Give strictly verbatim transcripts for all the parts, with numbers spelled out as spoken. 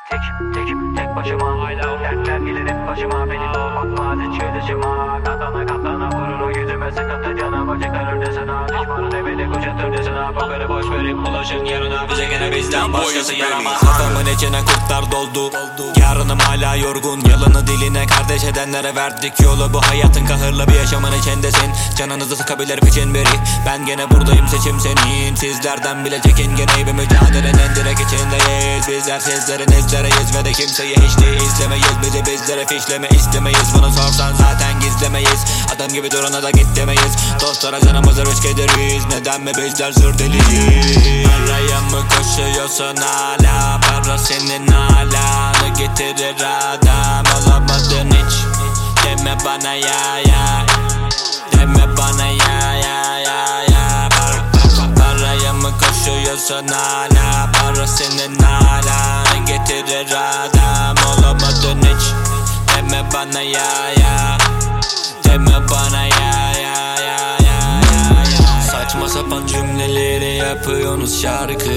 Tek, tek, tek başıma dertler gelir hep başıma. Beni bakma hiç gözüma. Katlana katlana vurur o yüzüme sıkıntı canım acıklar ötesine. Düşmanın ebedi kuşatır desine. Bakırı boş verip bulaşın yarına. Bize gene bizden başkası yaramaz. Kafamın içine kurtlar doldu. Yarınım hala yorgun. Yalını diline kardeş edenlere verdik yolu. Bu hayatın kahırlı bir yaşamın içindesin. Canınızı sıkabilir piçin biri. Ben gene buradayım, seçim senin. Sizlerden bile çekingen bir mücadelenin direkt içindeyiz. Bizler sizlerin izleriyiz ve de kimseyi hiç de izlemeyiz. Bizi bizlere fişleme istemeyiz. Bunu sorsan zaten gizlemeyiz. Adam gibi durana da git demeyiz. Dostlara canımızı risk ederiz. Neden mi bizler zır deliyiz? Paraya mı koşuyorsun hala? Para senin halanı getirir adam. Olamadın hiç. Deme bana ya ya. Deme bana ya ya ya ya. Paraya mı koşuyorsun hala? Para senin halanı getirir adam. Olamadın hiç. Deme bana ya ya. Deme bana ya ya ya ya ya. Saçma sapan cümleleri yapıyorsunuz şarkı.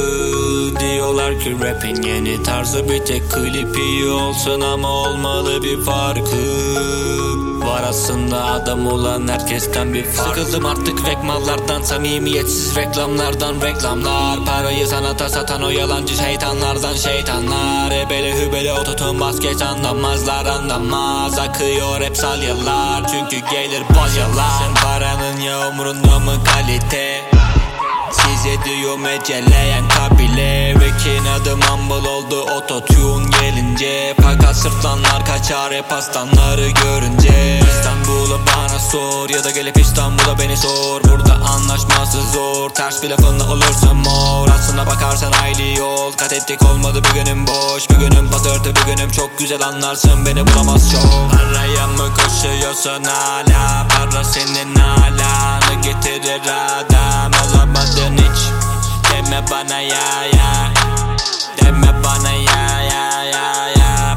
Diyorlar ki rapin yeni tarzı, bir tek klipi iyi olsun ama olmalı bir farkı. Var aslında adam olan herkesten bir fark. Sıkıldım artık reklamlardan, samimiyetsiz reklamlardan. Reklamlar parayı sanata satan o yalancı şeytanlardan. Şeytanlar ebele hübele ototun basket anlamazlar, anlamaz. Akıyor hep salyalar çünkü gelir boz yalan. Paranın ya umurunda mı kalite? Size diyor meceleyen kabile. Vekin adım humble oldu ototune gelince. Fakat sırtlanlar kaçar hep aslanları görünce. İstanbul'u bana sor ya da gelip İstanbul'a beni sor. Burada anlaşması zor, ters bir lafınla olursa mor. Aslına bakarsan hayli yol kat ettik, olmadı bir günüm boş. Bir günüm patırtı, bir günüm çok güzel, anlarsın beni bulamaz çok. Paraya mı koşuyorsun hala? Para senin halanı getirir adam. Olamadın hiç. Deme bana ya ya. Deme bana ya ya ya ya.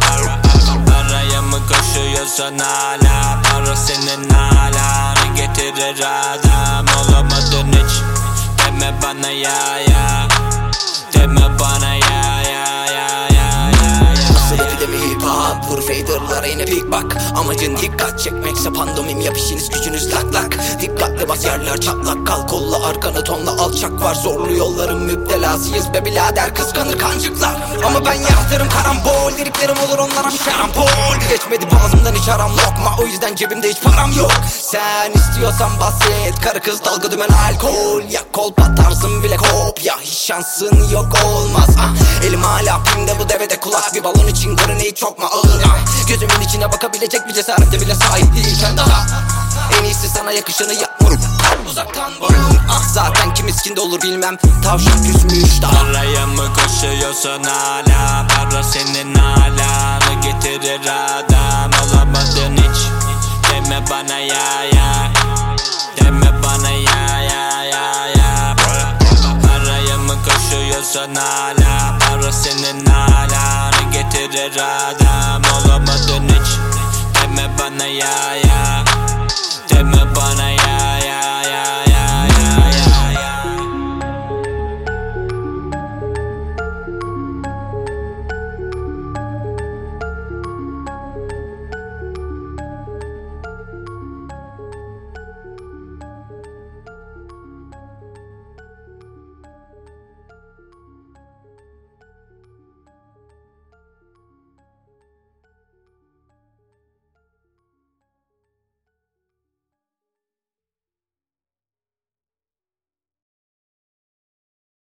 Paraya mı koşuyorsun hala? Para senin halanı getirir adam. Olamadın hiç. Deme bana ya ya. Deme bana ya ya ya ya ya. Asıl epidemi hip hop, vur faderlara yine pik bak. Amacın dikkat çekmekse pandomim yap, işiniz gücünüz lak lak. Dikkatli bas yerler çatlak, kal kolla arkanı tonla alçak var. Zorlu yolların müptelasıyız be birader, kıskanır kancıklar. Ama ben yaratırım karambol, liriklerim olur onlara şarampol. Geçmedi boğazımdan hiç aram lokma, o yüzden cebimde hiç param yok. Sen istiyorsan basit, karı kız dalga dümen alkol. Ya kol patarsın bile kopya, hiç şansın yok olmaz ah. Elim hala pimde, bu devede kulak, bir balon için granit çok mu ağır ah. Gözümün içine bakabilecek bir cesarete bile sahip değilken daha. En iyisi sana yakışanı yapmam, uzaktan vurur ah. Zaten kim iskinde olur bilmem, tavşan küsmüş daha. Paraya mı koşuyorsun hala? Para senin halanı getirir adam. Olamadın hiç. Deme bana ya ya. Deme bana ya ya ya ya. Paraya mı koşuyorsun hala? Para senin halanı getirir adam. Olamadın hiç. Deme bana ya ya. Deme bana